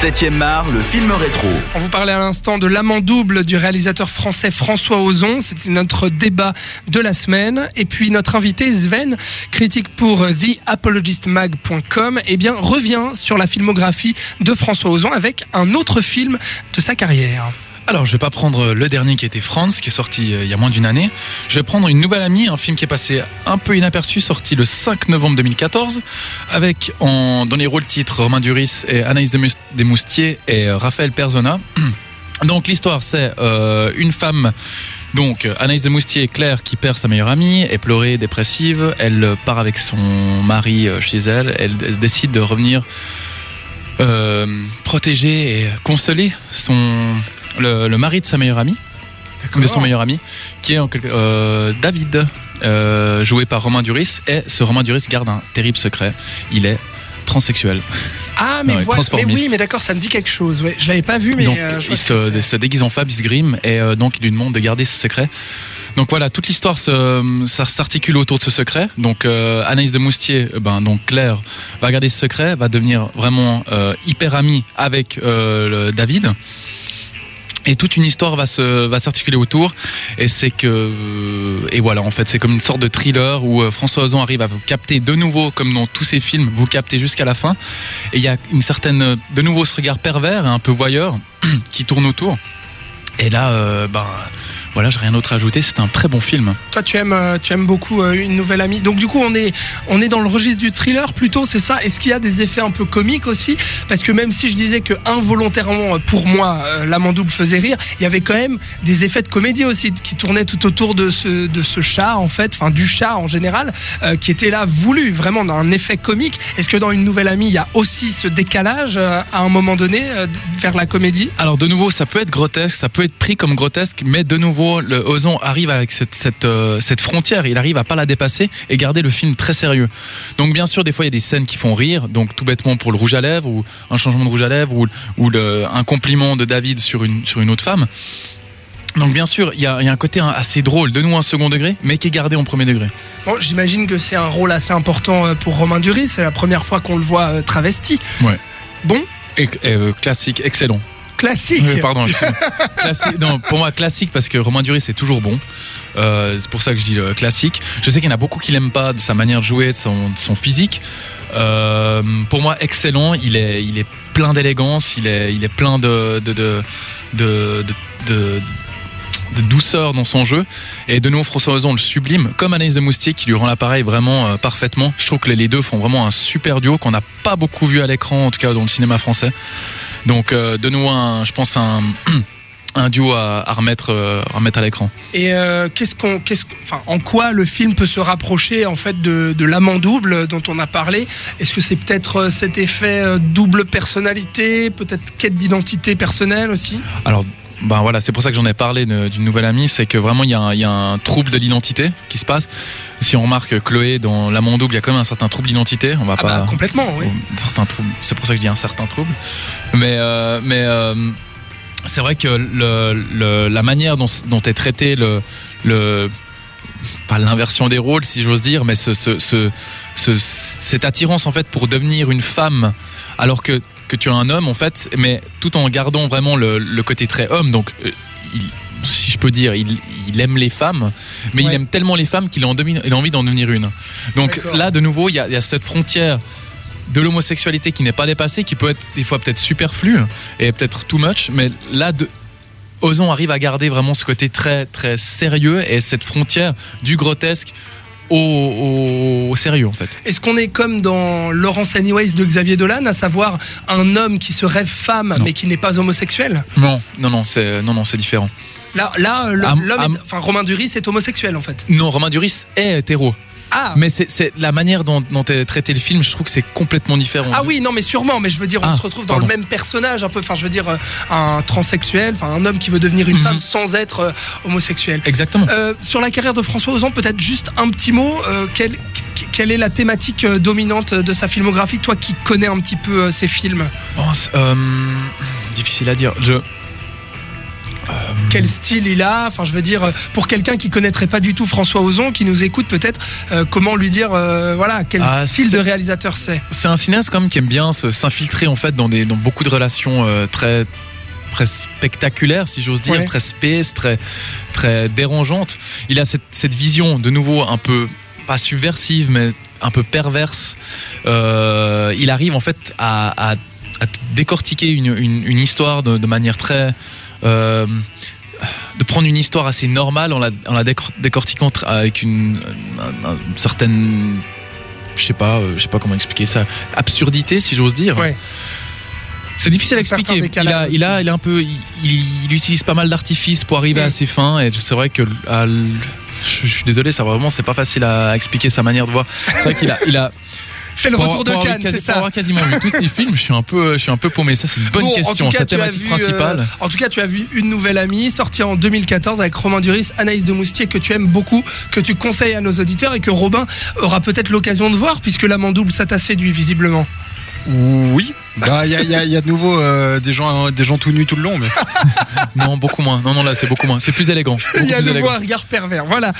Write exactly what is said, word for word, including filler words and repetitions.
septième art, le film rétro. On vous parlait à l'instant de L'Amant double du réalisateur français François Ozon. C'était notre débat de la semaine. Et puis notre invité Sven, critique pour the apologist mag point com, eh bien, revient sur la filmographie de François Ozon avec un autre film de sa carrière. Alors, je vais pas prendre le dernier qui était France, qui est sorti euh, il y a moins d'une année. Je vais prendre Une nouvelle amie, un film qui est passé un peu inaperçu, sorti le cinq novembre deux mille quatorze, avec en, dans les rôles titres Romain Duris et Anaïs Desmoustiers et euh, Raphaël Persona. Donc, l'histoire, c'est euh, une femme, donc Anaïs Desmoustiers, Claire, qui perd sa meilleure amie, est pleurée, dépressive. Elle part avec son mari chez elle. Elle, elle décide de revenir euh, protéger et consoler son... Le, le mari de sa meilleure amie, D'accord. de son meilleur ami, qui est en quelque, euh, David, euh, joué par Romain Duris. Et ce Romain Duris garde un terrible secret. Il est transsexuel. Ah, mais, non, voilà, mais oui, mais d'accord, ça me dit quelque chose. Ouais. Je l'avais pas vu, mais donc, euh, je il se, se déguise en femme, il se grime, et euh, donc il lui demande de garder ce secret. Donc voilà, toute l'histoire se, ça s'articule autour de ce secret. Donc euh, Anaïs Desmoustiers, ben donc Claire va garder ce secret, va devenir vraiment euh, hyper amie avec euh, le David. Et toute une histoire va se va s'articuler autour, et c'est que et voilà, en fait c'est comme une sorte de thriller où François Ozon arrive à vous capter de nouveau, comme dans tous ses films, vous captez jusqu'à la fin, et il y a une certaine de nouveau ce regard pervers et un peu voyeur qui tourne autour. Et là, euh, ben voilà, j'ai rien d'autre à ajouter. C'est un très bon film. Toi, tu aimes, tu aimes beaucoup euh, Une nouvelle amie. Donc du coup, on est, on est dans le registre du thriller plutôt, c'est ça. Est-ce qu'il y a des effets un peu comiques aussi? Parce que même si je disais que involontairement, pour moi, euh, L'Amant double faisait rire, il y avait quand même des effets de comédie aussi qui tournaient tout autour de ce, de ce chat, en fait, enfin du chat en général, euh, qui était là voulu, vraiment dans un effet comique. Est-ce que dans Une nouvelle amie, il y a aussi ce décalage euh, à un moment donné euh, vers la comédie? Alors de nouveau, ça peut être grotesque, ça peut être pris comme grotesque, mais de nouveau, le Ozon arrive avec cette, cette, euh, cette frontière, il arrive à pas la dépasser et garder le film très sérieux. Donc bien sûr, des fois il y a des scènes qui font rire, donc tout bêtement pour le rouge à lèvres, ou un changement de rouge à lèvres, ou, ou le, un compliment de David sur une, sur une autre femme. Donc bien sûr, il y a, il y a un côté assez drôle, de nous un second degré, mais qui est gardé en premier degré. Bon, j'imagine que c'est un rôle assez important pour Romain Duris, c'est la première fois qu'on le voit travesti. Ouais. Bon. Et, et, euh, classique, excellent. Classique. Oui, pardon. classique. Non, pour moi classique parce que Romain Duris c'est toujours bon. Euh, c'est pour ça que je dis euh, classique. Je sais qu'il y en a beaucoup qui l'aiment pas de sa manière de jouer, de son, de son physique. Euh, pour moi excellent. Il est, il est plein d'élégance. Il est, il est plein de, de, de, de, de, de de douceur dans son jeu, et de nouveau François Ozon le sublime, comme Anaïs Desmoustiers qui lui rend l'appareil vraiment euh, parfaitement. Je trouve que les deux font vraiment un super duo qu'on n'a pas beaucoup vu à l'écran, en tout cas dans le cinéma français. Donc euh, de nouveau un, je pense un un duo à, à remettre euh, à remettre à l'écran. Et euh, qu'est-ce qu'on qu'est-ce enfin en quoi le film peut se rapprocher en fait de de L'Amant double dont on a parlé? Est-ce que c'est peut-être cet effet double personnalité, peut-être quête d'identité personnelle aussi? Alors ben voilà, c'est pour ça que j'en ai parlé de, d'une nouvelle amie, c'est que vraiment il y a un, il y a un trouble de l'identité qui se passe. Si on remarque Chloé dans L'Amant double, il y a quand même un certain trouble d'identité. On va ah pas bah, complètement, oui. Un certain trouble. C'est pour ça que je dis un certain trouble. Mais euh, mais euh, c'est vrai que le, le, la manière dont, dont est traité le le pas l'inversion des rôles, si j'ose dire, mais ce, ce, ce, ce cette attirance en fait pour devenir une femme, alors que que tu es un homme en fait, mais tout en gardant vraiment le, le côté très homme. Donc, euh, il, si je peux dire, il, il aime les femmes, mais ouais. Il aime tellement les femmes qu'il a, en demi, il a envie d'en devenir une. Donc D'accord. Là, de nouveau, il y, a, il y a cette frontière de l'homosexualité qui n'est pas dépassée, qui peut être des fois peut-être superflue et peut-être too much, mais là, de, Ozon arrive à garder vraiment ce côté très très sérieux et cette frontière du grotesque Au, au, au sérieux en fait. Est-ce qu'on est comme dans Laurence Anyways de Xavier Dolan, à savoir un homme qui se rêve femme non. mais qui n'est pas homosexuel? Non, non, non, c'est non, non, c'est différent. Là, là, le, am, l'homme, am, est, enfin Romain Duris est homosexuel en fait. Non, Romain Duris est hétéro. Ah. Mais c'est, c'est la manière dont, dont est traité le film, je trouve que c'est complètement différent. Ah oui, non, mais sûrement. Mais je veux dire, on ah, se retrouve dans pardon. le même personnage, un peu. Enfin, je veux dire, un transsexuel, enfin, un homme qui veut devenir une mm-hmm. femme sans être euh, homosexuel. Exactement. Euh, sur la carrière de François Ozon, peut-être juste un petit mot. Euh, quelle, quelle est la thématique dominante de sa filmographie, toi qui connais un petit peu euh, ses films? Bon, euh, difficile à dire. Je Quel style il a? Enfin, je veux dire, pour quelqu'un qui connaîtrait pas du tout François Ozon, qui nous écoute peut-être, euh, comment lui dire, euh, voilà, quel Ah, style c'est- de réalisateur c'est? C'est un cinéaste quand même qui aime bien se- s'infiltrer en fait dans, des, dans beaucoup de relations euh, très très spectaculaires, si j'ose dire, Ouais. très space, très très dérangeantes. Il a cette, cette vision de nouveau un peu pas subversive mais un peu perverse. Euh, il arrive en fait à, à, à décortiquer une, une, une histoire de, de manière très euh, de prendre une histoire assez normale en la, en la décor- décortiquant tr- avec une, une, une certaine, je sais pas, euh, je sais pas comment expliquer ça, absurdité si j'ose dire. Ouais. C'est difficile à Un certain expliquer. Il décalage a, il a, il a un peu, il, il utilise pas mal d'artifices pour arriver Mm. à ses fins et c'est vrai que à l- je, je suis désolé, ça vraiment c'est pas facile à expliquer sa manière de voir. C'est vrai qu'il a, il a. C'est le pour retour avoir- de pour avoir Cannes, quasi- c'est Pour ça. avoir quasiment vu tous ces films, je suis un peu, je suis un peu paumé. Ça c'est une bonne Bon, en question. tout cas, Sa tu as thématique vu, principale. euh, en tout cas, tu as vu Une Nouvelle Amie, sortie en deux mille quatorze avec Romain Duris, Anaïs de Moustier, que tu aimes beaucoup, que tu conseilles à nos auditeurs et que Robin aura peut-être l'occasion de voir, puisque l'amant double, ça t'a séduit visiblement. Oui. Bah, il y a, y a- y a de nouveau euh, des gens, des gens tout nus tout le long, mais. Non, beaucoup moins. Non, non, là c'est beaucoup moins. C'est plus élégant. Il y Beaucoup a plus de nouveau élégant. un regard pervers. Voilà.